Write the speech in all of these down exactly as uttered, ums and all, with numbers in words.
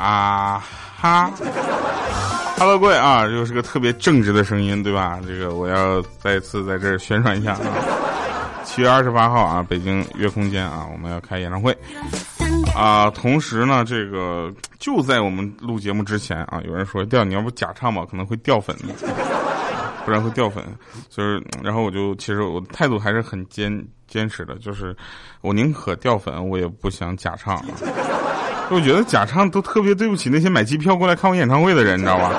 啊哈。Hello， 各位啊，又是个特别正直的声音，对吧？这个我要再次在这儿宣传一下啊，七月二十八号啊，北京月空间啊，我们要开演唱会啊。同时呢，这个就在我们录节目之前啊，有人说掉你要不假唱吧，可能会掉粉，不然会掉粉。就是，然后我就其实我的态度还是很坚坚持的，就是我宁可掉粉，我也不想假唱啊。我觉得假唱都特别对不起那些买机票过来看我演唱会的人，你知道吧？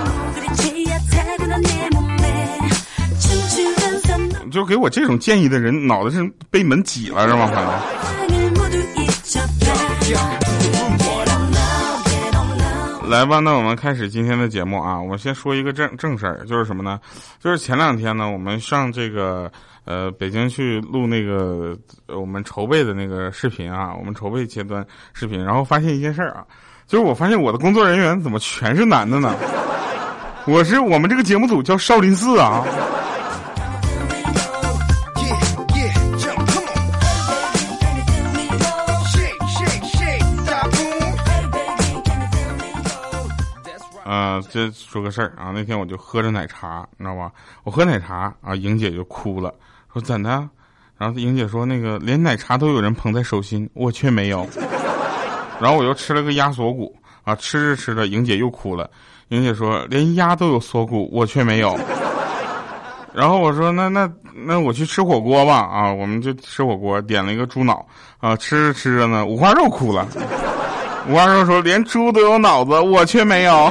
就给我这种建议的人，脑袋是被门挤了是吗？朋友。来吧，那我们开始今天的节目啊。我先说一个正正事儿，就是什么呢？就是前两天呢，我们上这个呃北京去录那个、呃、我们筹备的那个视频啊，我们筹备阶段视频，然后发现一件事儿啊，就是我发现我的工作人员怎么全是男的呢？我是我们这个节目组叫少林寺啊。呃，这说个事儿啊，那天我就喝着奶茶，你知道吧？我喝奶茶啊，莹姐就哭了，说怎的？然后莹姐说那个连奶茶都有人捧在手心，我却没有。然后我又吃了个鸭锁骨啊，吃着吃着，莹姐又哭了。莹姐说连鸭都有锁骨，我却没有。然后我说那那那我去吃火锅吧啊，我们就吃火锅，点了一个猪脑啊，吃着吃着呢，五花肉哭了。五花肉说连猪都有脑子，我却没有。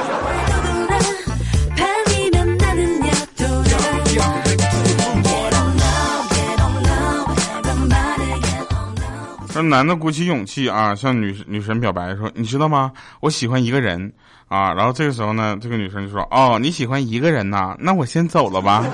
说男的鼓起勇气啊，向女女神表白说，你知道吗？我喜欢一个人啊。然后这个时候呢，这个女生就说，哦，你喜欢一个人呐？那我先走了吧。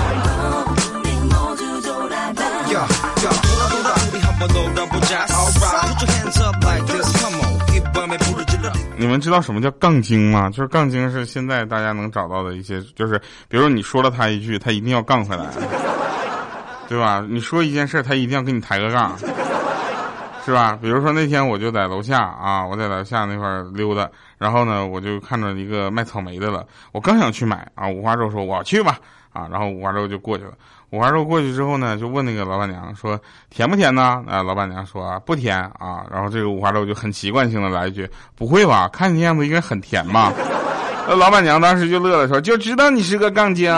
你们知道什么叫杠精吗？就是杠精是现在大家能找到的一些，就是比如你说了他一句，他一定要杠回来，对吧？你说一件事，他一定要跟你抬个杠。是吧？比如说那天我就在楼下啊，我在楼下那块溜达，然后呢，我就看到一个卖草莓的了，我刚想去买啊，五花肉说我去吧啊，然后五花肉就过去了。五花肉过去之后呢，就问那个老板娘说甜不甜呢？啊，老板娘说、啊、不甜啊，然后这个五花肉就很习惯性的来一句，不会吧？看你样子应该很甜吧？那老板娘当时就乐了，说就知道你是个杠精。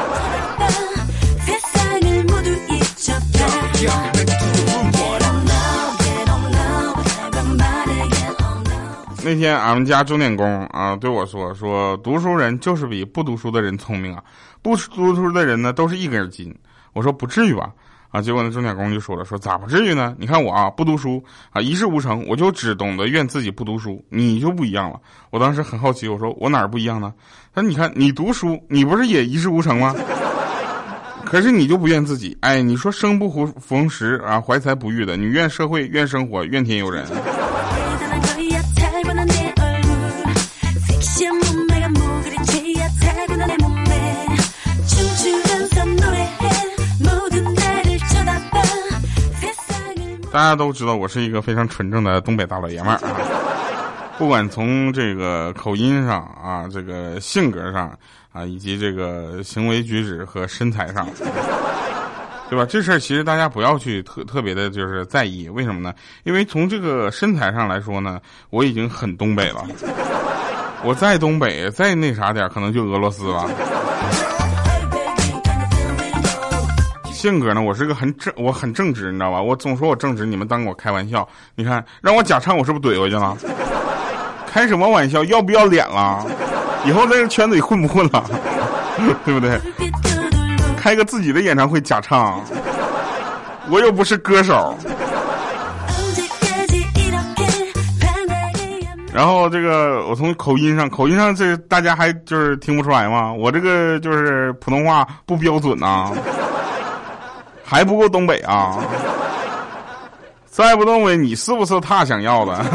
那天俺们家钟点工啊对我说说读书人就是比不读书的人聪明啊，不读书的人呢都是一根筋。我说不至于吧啊，结果那钟点工就说了，说咋不至于呢？你看我啊不读书啊一事无成，我就只懂得怨自己不读书，你就不一样了。我当时很好奇，我说我哪儿不一样呢？他说你看你读书，你不是也一事无成吗？可是你就不怨自己，哎，你说生不逢时啊，怀才不遇的，你怨社会，怨生活，怨天尤人。大家都知道我是一个非常纯正的东北大老爷们儿啊，不管从这个口音上啊，这个性格上啊，以及这个行为举止和身材上，对吧？这事儿其实大家不要去特特别的就是在意，为什么呢？因为从这个身材上来说呢，我已经很东北了，我在东北再那啥点可能就俄罗斯了。性格呢，我是个很正，我很正直，你知道吧？我总说我正直，你们当我开玩笑。你看，让我假唱，我是不是怼回去了？开什么玩笑？要不要脸了？以后在这圈子里混不混了？对不对？开个自己的演唱会假唱，我又不是歌手。然后这个，我从口音上，口音上这大家还就是听不出来吗？我这个就是普通话不标准啊。还不够东北啊！再不东北，你是不是他想要的？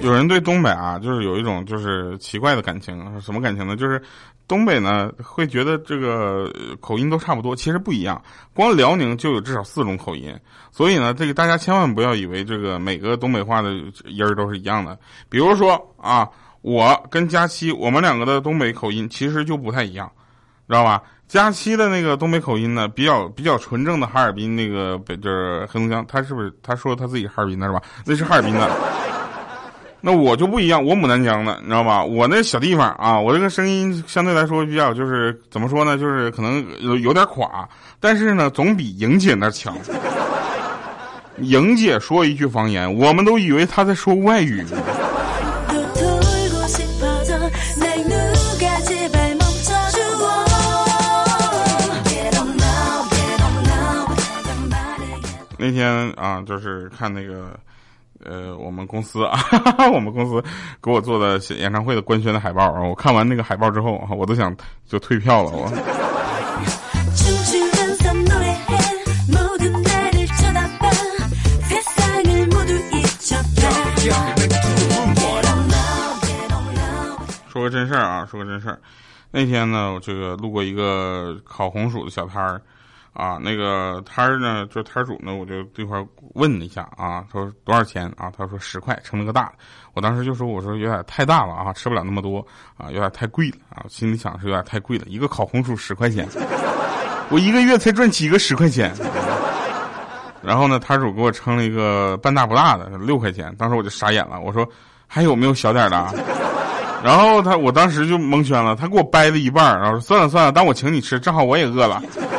有人对东北啊，就是有一种就是奇怪的感情，什么感情呢？就是东北呢会觉得这个口音都差不多，其实不一样。光辽宁就有至少四种口音，所以呢，这个大家千万不要以为这个每个东北话的音儿都是一样的。比如说啊，我跟佳期，我们两个的东北口音其实就不太一样，知道吧？佳期的那个东北口音呢，比较比较纯正的哈尔滨那个北就是黑龙江，他是不是他说他自己哈尔滨的是吧？那是哈尔滨的。那我就不一样，我牡丹江的，你知道吧？我那小地方啊，我这个声音相对来说比较就是怎么说呢，就是可能有有点垮，但是呢，总比莹姐那强。莹姐说一句方言，我们都以为她在说外语。那天啊，就是看那个。呃，我们公司啊，我们公司给我做的演唱会的官宣的海报啊，我看完那个海报之后，我都想就退票了。我说个真事儿啊，说个真事儿。那天呢，我这个路过一个烤红薯的小摊儿。啊，那个摊儿呢，就摊主呢，我就这块问了一下啊，说多少钱啊？他说十块，称了个大的。我当时就说，我说有点太大了啊，吃不了那么多啊，有点太贵了啊。心里想是有点太贵了，一个烤红薯十块钱，我一个月才赚几个十块钱。然后呢，摊主给我称了一个半大不大的六块钱，当时我就傻眼了，我说还有没有小点的？然后他，我当时就蒙圈了，他给我掰了一半，然后说算了算了，当我请你吃，正好我也饿了。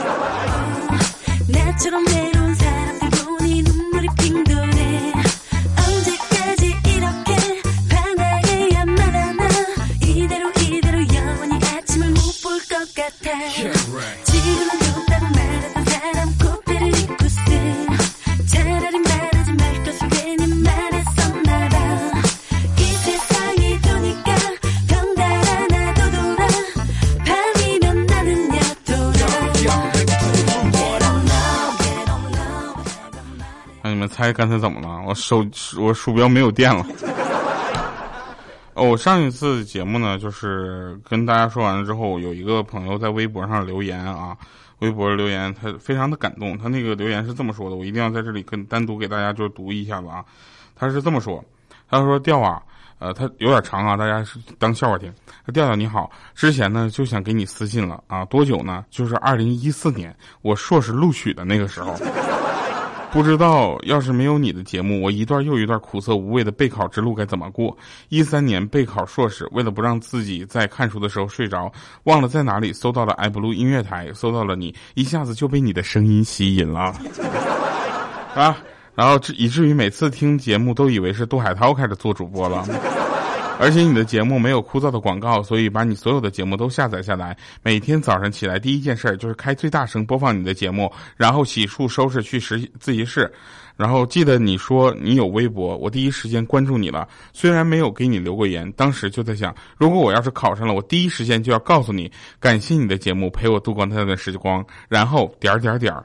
猜刚才怎么了？我手我鼠标没有电了。哦，我上一次节目呢，就是跟大家说完了之后，有一个朋友在微博上留言啊，微博留言，他非常的感动。他那个留言是这么说的，我一定要在这里跟单独给大家就读一下子啊。他是这么说，他说调啊，呃，他有点长啊，大家是当笑话听。调调你好，之前呢就想给你私信了啊，多久呢？就是二零一四年我硕士录取的那个时候。不知道要是没有你的节目，我一段又一段苦涩无味的备考之路该怎么过。一三年备考硕士，为了不让自己在看书的时候睡着，忘了在哪里搜到了 iBlue 音乐台，搜到了你，一下子就被你的声音吸引了啊！然后以至于每次听节目都以为是杜海涛开始做主播了。而且你的节目没有枯燥的广告，所以把你所有的节目都下载下来，每天早上起来第一件事就是开最大声播放你的节目，然后洗漱收拾去实自习室。然后记得你说你有微博，我第一时间关注你了，虽然没有给你留过言，当时就在想，如果我要是考上了，我第一时间就要告诉你，感谢你的节目陪我度过那段时光，然后点点点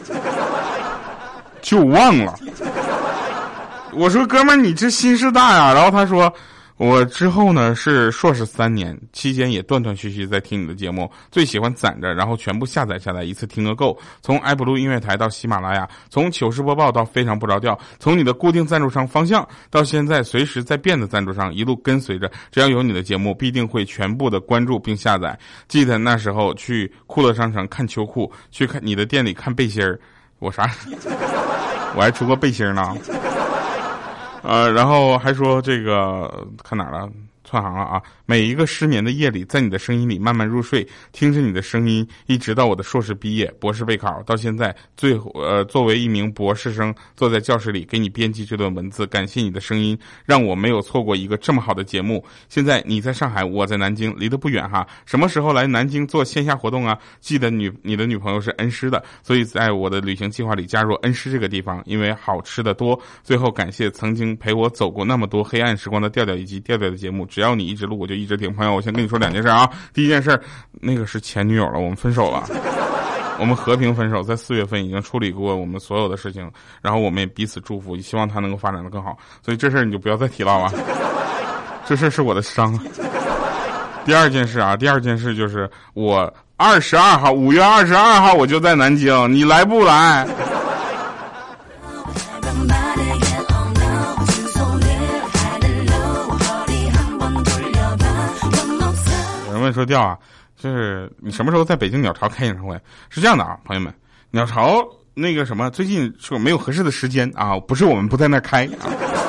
就忘了。我说哥们儿你这心事大呀，然后他说我之后呢是硕士三年，期间也断断续续在听你的节目，最喜欢攒着，然后全部下载下来，一次听个够。从 iBlue 音乐台到喜马拉雅，从糗事播报到非常不着调，从你的固定赞助商方向到现在随时在变的赞助商，一路跟随着，只要有你的节目，必定会全部的关注并下载。记得那时候去酷乐商城看秋裤，去看你的店里看背心儿，我啥？我还出过背心呢。呃，然后还说这个看哪儿了，串行了啊！每一个失眠的夜里，在你的声音里慢慢入睡，听着你的声音，一直到我的硕士毕业、博士备考，到现在最呃，作为一名博士生，坐在教室里给你编辑这段文字，感谢你的声音，让我没有错过一个这么好的节目。现在你在上海，我在南京，离得不远哈。什么时候来南京做线下活动啊？记得女你的女朋友是恩施的，所以在我的旅行计划里加入恩施这个地方，因为好吃的多。最后感谢曾经陪我走过那么多黑暗时光的调调以及调调的节目，只要你一直录，我就一直听。朋友，我先跟你说两件事啊。第一件事，那个是前女友了，我们分手了，我们和平分手，在四月份已经处理过我们所有的事情，然后我们也彼此祝福，希望他能够发展的更好。所以这事儿你就不要再提了啊。 这事是我的伤。第二件事啊，第二件事就是我二十二号，五月二十二号我就在南京，你来不来？有人问说调啊，就是你什么时候在北京鸟巢开演唱会？是这样的啊，朋友们，鸟巢那个什么，最近是没有合适的时间啊，不是我们不在那开啊。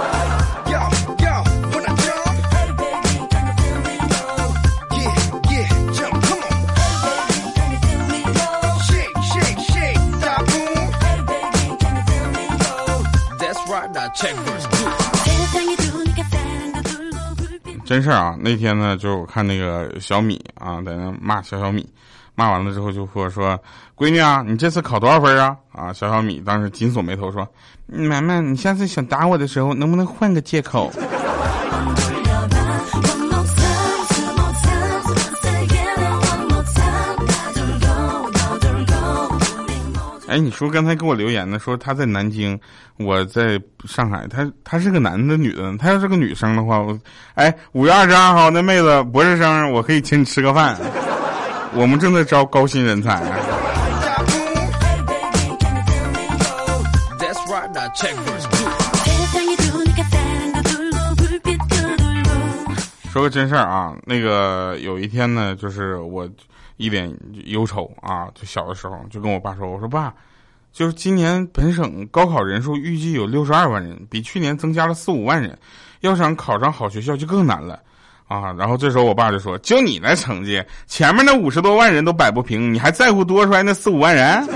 真事儿啊，那天呢，就我看那个小米啊，在那骂小小米，骂完了之后就说说，闺女啊，你这次考多少分啊？啊，小小米当时紧锁眉头说，妈妈，你下次想打我的时候，能不能换个借口？哎，你说刚才给我留言的说他在南京，我在上海，他他是个男的女的？他要是个女生的话，我哎五月二十二号那妹子博士生，我可以请你吃个饭。我们正在招高薪人才。说个真事儿啊，那个有一天呢，就是我一脸忧愁啊，就小的时候就跟我爸说，我说爸，就是今年本省高考人数预计有六十二万人，比去年增加了四五万人，要想考上好学校就更难了啊。然后这时候我爸就说，就你那成绩，前面那五十多万人都摆不平，你还在乎多出来那四五万人？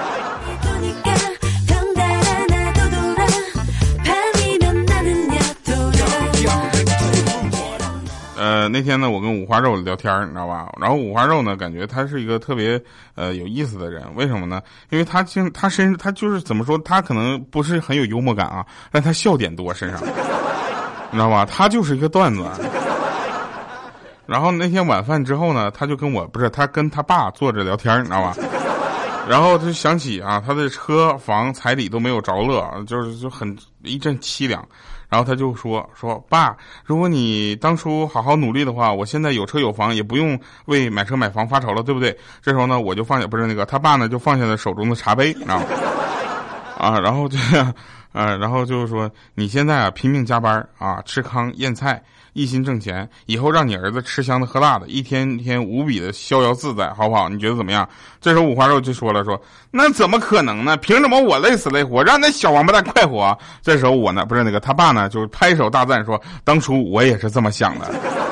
呃，那天呢，我跟五花肉聊天，你知道吧？然后五花肉呢，感觉他是一个特别呃有意思的人，为什么呢？因为他经他身他就是怎么说，他可能不是很有幽默感啊，但他笑点多身上，你知道吧？他就是一个段子。然后那天晚饭之后呢，他就跟我不是他跟他爸坐着聊天，你知道吧？然后他就想起啊，他的车房彩礼都没有着落，就是就很一阵凄凉。然后他就说说爸，如果你当初好好努力的话，我现在有车有房，也不用为买车买房发愁了，对不对？这时候呢，我就放下，不是那个他爸呢，就放下了手中的茶杯，你知道吗？啊，然后这样，啊，然后就是说你现在啊拼命加班啊，吃糠咽菜，一心挣钱，以后让你儿子吃香的喝辣的，一天天无比的逍遥自在，好不好？你觉得怎么样？这时候五花肉就说了说，那怎么可能呢？凭什么我累死累活，让那小王八蛋快活？这时候我呢，不是那个他爸呢，就拍手大赞说，当初我也是这么想的。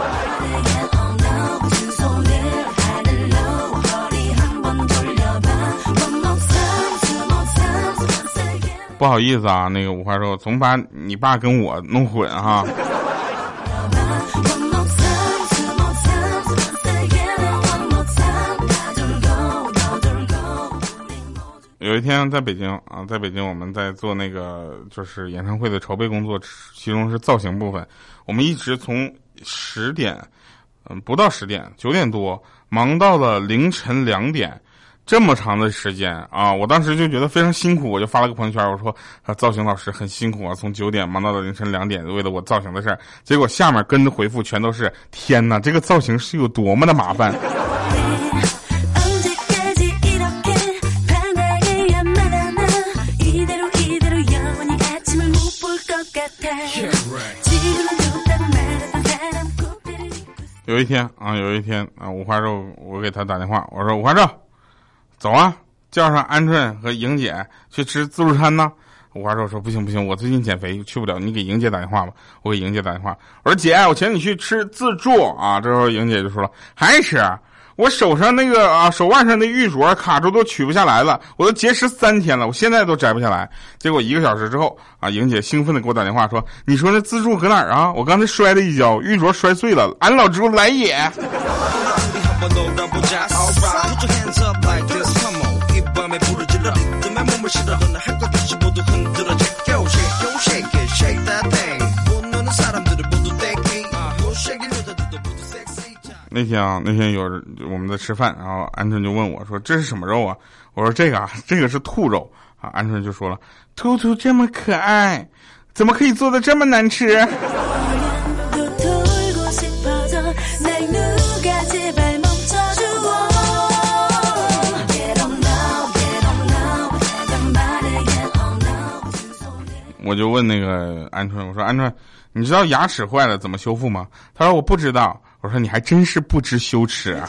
不好意思啊，那个五花肉，总把你爸跟我弄混哈。有一天在北京啊，在北京我们在做那个就是演唱会的筹备工作，其中是造型部分，我们一直从十点，嗯，不到十点，九点多忙到了凌晨两点。这么长的时间啊，我当时就觉得非常辛苦，我就发了个朋友圈，我说啊，造型老师很辛苦啊，从九点忙到了凌晨两点，为了我造型的事儿。结果下面跟着回复全都是天哪，这个造型是有多么的麻烦。有一天啊，有一天啊，五花肉，我给他打电话，我说五花肉，走啊，叫上鹌鹑和莹姐去吃自助餐呢。五花肉说不行不行，我最近减肥去不了，你给莹姐打电话吧。我给莹姐打电话，我说姐，我请你去吃自助啊。这时候莹姐就说了，还吃？我手上那个啊手腕上的玉镯卡住都取不下来了，我都节食三天了，我现在都摘不下来。结果一个小时之后啊，莹姐兴奋的给我打电话说，你说那自助搁哪儿啊？我刚才摔了一跤，玉镯摔碎了，俺老猪来也。那天啊，那天有我们在吃饭，然后鹌鹑就问我说：“这是什么肉啊？”我说：“这个啊，这个是兔肉啊。”鹌鹑就说了：“兔兔这么可爱，怎么可以做的这么难吃？” 我就问那个鹌鹑，我说鹌鹑，你知道牙齿坏了怎么修复吗？他说我不知道。我说你还真是不知羞耻啊。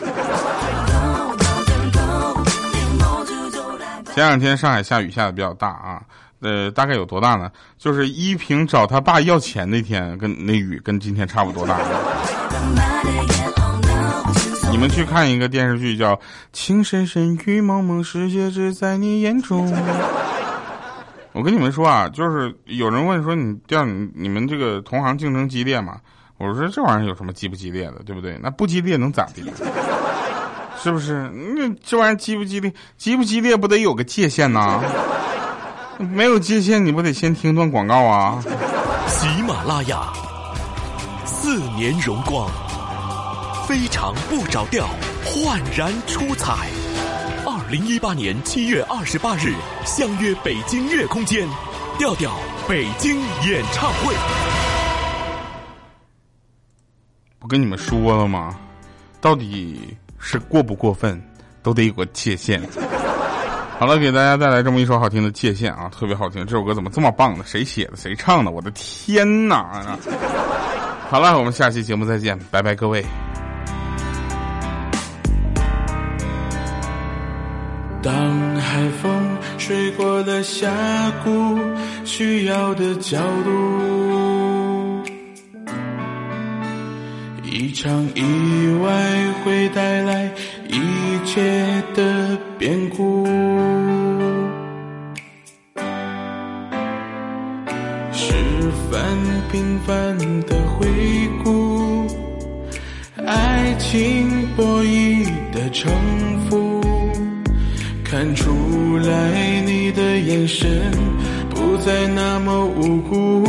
前两天上海下雨下的比较大啊，呃，大概有多大呢？就是依萍找他爸要钱那天，跟那雨跟今天差不多大。你们去看一个电视剧叫《情深深雨蒙蒙，世界只在你眼中》。我跟你们说啊，就是有人问说你这样你你们这个同行竞争激烈吗？我说这玩意儿有什么激不激烈的，对不对？那不激烈能咋地？是不是？那这玩意儿激不激烈？激不激烈不得有个界限呐？没有界限，你不得先听段广告啊？ 喜马拉雅，四年荣光，非常不着调，焕然出彩。二零一八年七月二十八日，相约北京乐空间，调调北京演唱会。 我跟你们说了吗？到底是过不过分，都得有个界限。好了，给大家带来这么一首好听的《界限》啊，特别好听。这首歌怎么这么棒呢？谁写的？谁唱的？我的天哪！好了，我们下期节目再见，拜拜，各位。 当海风吹过了峡谷，需要的角度，一场意外会带来一切的变故，十分平凡的回顾，爱情博弈的城府，看出来你的眼神不再那么无辜。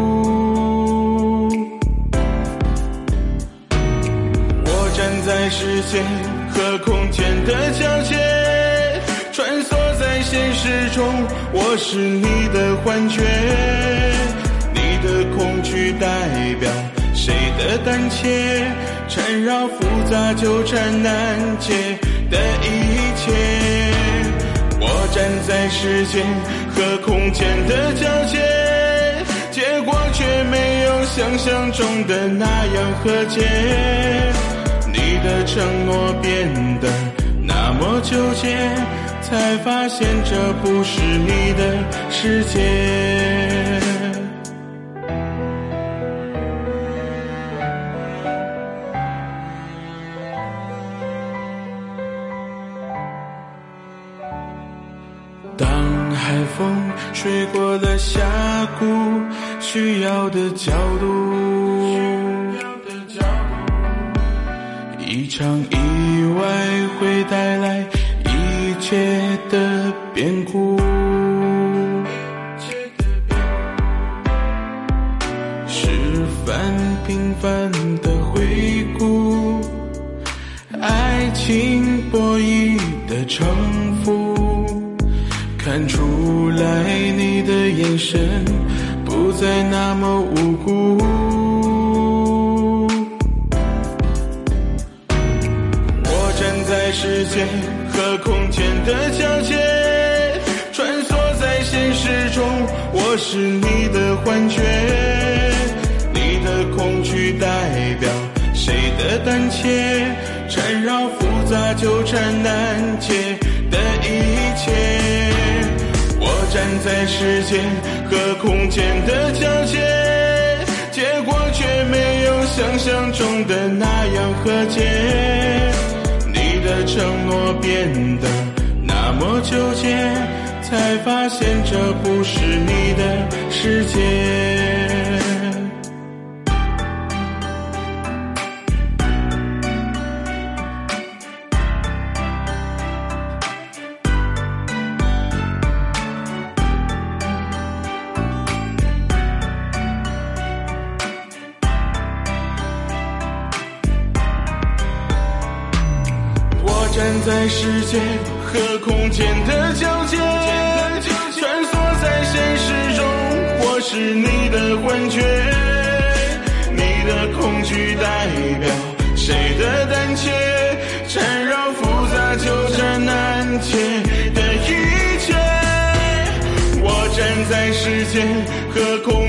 我站在时间和空间的交界，穿梭在现实中，我是你的幻觉，你的恐惧代表谁的胆怯，缠绕复杂纠缠难解的一切。我站在时间和空间的交界，结果却没有想象中的那样和解，你的承诺变得那么纠结，才发现这不是你的世界。当海风吹过了峡谷，需要的角度，一场意外会带来一切的变故，十分平凡的回顾，爱情博弈的城府，看出来你的眼神不再那么无辜。我站在时间和空间的交界，穿梭在现实中，我是你的幻觉，你的恐惧代表谁的胆怯，缠绕复杂纠缠难解的一切。我站在时间和空间的交界，结果却没有想象中的那样和解，你的承诺变得那么纠结，才发现这不是你的世界。站在世界和空间的交界，穿梭在现实中，我是你的幻觉，你的恐惧代表谁的胆怯，缠绕复杂纠缠难解的一切。我站在世间和空